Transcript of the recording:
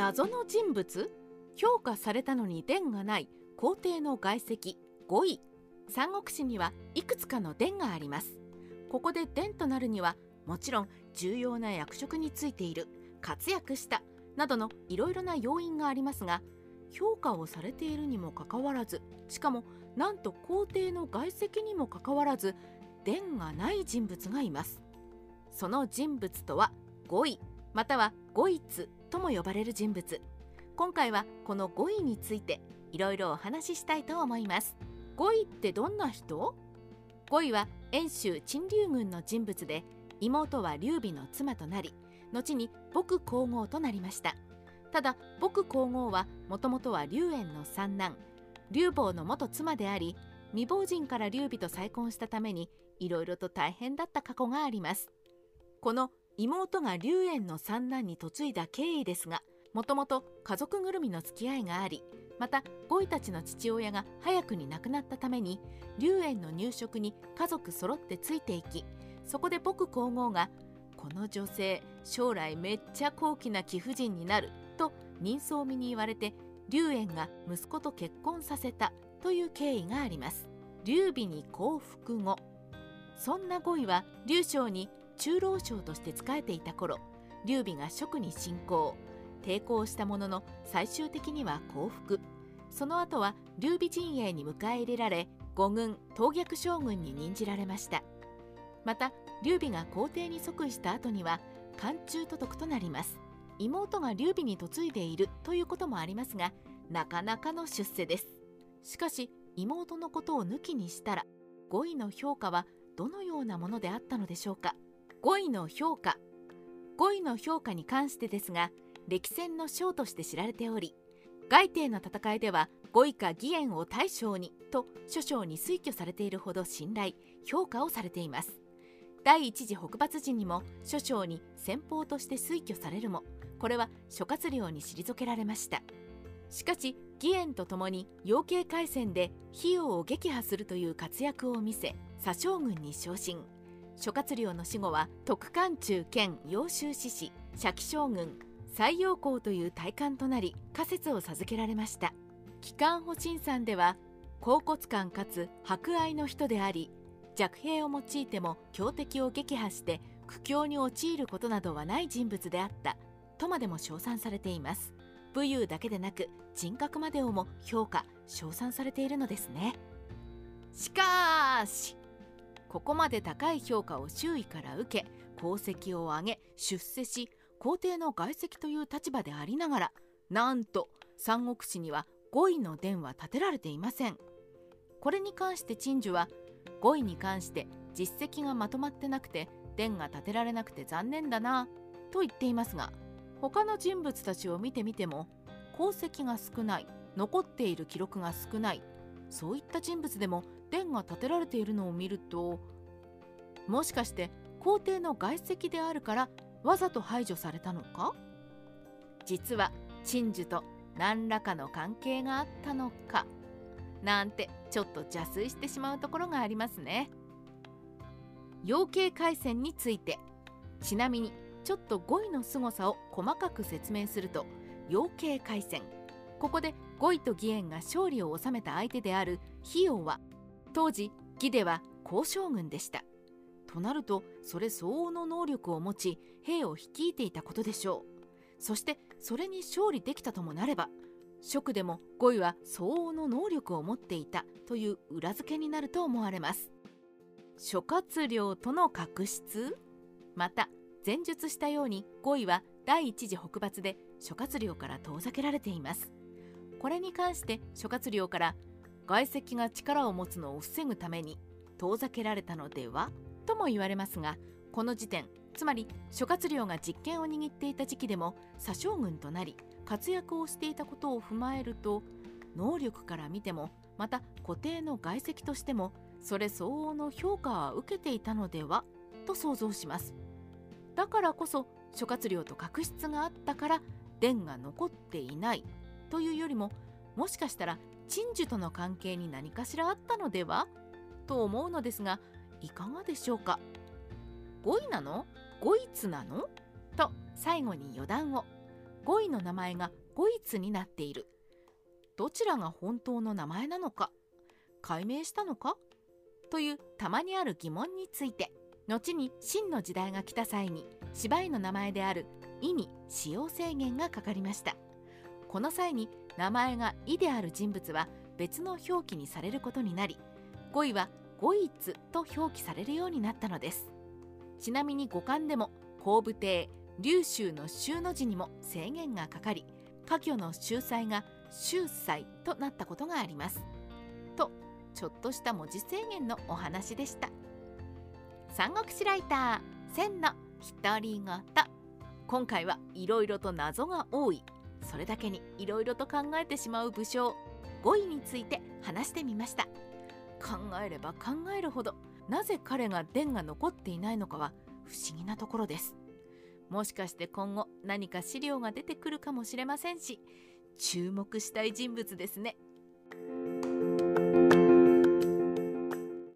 謎の人物、評価されたのに伝がない皇帝の外戚5位。三国志にはいくつかの伝があります。ここで伝となるにはもちろん重要な役職についている、活躍したなどのいろいろな要因がありますが、評価をされているにもかかわらず、しかもなんと皇帝の外戚にもかかわらず伝がない人物がいます。その人物とは5位または5一とも呼ばれる人物。今回はこの5位についていろいろお話ししたいと思います。5位ってどんな人？ 5 位は遠州陳留軍の人物で、妹は劉備の妻となり、後に僕皇后となりました。ただ僕皇后はもともとは劉園の三男劉邦の元妻であり、未亡人から劉備と再婚したためにいろいろと大変だった過去があります。この妹が劉園の三男に嫁いだ経緯ですが、もともと家族ぐるみの付き合いがあり、また5位たちの父親が早くに亡くなったために劉園の入植に家族揃ってついていき、そこで僕皇后がこの女性将来めっちゃ高貴な貴婦人になると人相見に言われて、劉園が息子と結婚させたという経緯があります。劉備に降伏後、そんな5位は劉将に中郎将として仕えていた頃、劉備が蜀に侵攻、抵抗したものの最終的には降伏。その後は劉備陣営に迎え入れられ、五軍討逆将軍に任じられました。また劉備が皇帝に即位した後には漢中都督となります。妹が劉備に嫁いでいるということもありますが、なかなかの出世です。しかし妹のことを抜きにしたら、5位の評価はどのようなものであったのでしょうか。5位の評価。5位の評価に関してですが、歴戦の将として知られており、外帝の戦いでは5位か義援を大将にと諸将に推挙されているほど信頼・評価をされています。第一次北伐時にも諸将に先鋒として推挙されるも、これは諸葛亮に退けられました。しかし義援とともに養鶏海戦で費用を撃破するという活躍を見せ、左将軍に昇進。諸葛亮の死後は徳漢中兼揚州志士、社稷将軍、西陽公という大官となり、家節を授けられました。機関保身さんでは恍惚感かつ博愛の人であり、弱兵を用いても強敵を撃破して苦境に陥ることなどはない人物であったとまでも称賛されています。武勇だけでなく人格までをも評価・称賛されているのですね。しかしここまで高い評価を周囲から受け、功績を上げ出世し、皇帝の外戚という立場でありながら、なんと三国志には5位の伝は立てられていません。これに関して陳寿は、5位に関して実績がまとまってなくて伝が立てられなくて残念だなと言っていますが、他の人物たちを見てみても功績が少ない、残っている記録が少ない、そういった人物でも伝が立てられているのを見ると、もしかして皇帝の外戚であるからわざと排除されたのか。実は陳寿と何らかの関係があったのかなんて、ちょっと邪推してしまうところがありますね。養鶏海戦について、ちなみにちょっと5位の凄さを細かく説明すると、養鶏海戦、ここで5位と義援が勝利を収めた相手である費用は、当時義では交渉軍でした。となるとそれ相応の能力を持ち兵を率いていたことでしょう。そしてそれに勝利できたともなれば、蜀でも5位は相応の能力を持っていたという裏付けになると思われます。諸葛亮との確執。また前述したように5位は第一次北伐で諸葛亮から遠ざけられています。これに関して諸葛亮から、外戚が力を持つのを防ぐために遠ざけられたのではとも言われますが、この時点、つまり諸葛亮が実権を握っていた時期でも左将軍となり活躍をしていたことを踏まえると、能力から見てもまた固定の外戚としてもそれ相応の評価は受けていたのではと想像します。だからこそ諸葛亮と確執があったから伝が残っていないというよりも、もしかしたら陳寿との関係に何かしらあったのではと思うのですが、いかがでしょうか。5位なの？5一なの？と最後に余談を。 5位の名前が5一になっている。どちらが本当の名前なのか、解明したのかというたまにある疑問について、後に秦の時代が来た際に芝居の名前である「い」に使用制限がかかりました。この際に名前が「い」である人物は別の表記にされることになり、5位は5一と表記されるようになったのです。ちなみに五漢でも洪武帝龍州の州の字にも制限がかかり、科挙の秀才が秀才となったことがあります。と、ちょっとした文字制限のお話でした。三国志ライター千の独り言。今回はいろいろと謎が多い、それだけにいろいろと考えてしまう武将5位について話してみました。考えれば考えるほど、なぜ彼が伝が残っていないのかは不思議なところです。もしかして今後何か資料が出てくるかもしれませんし、注目したい人物ですね。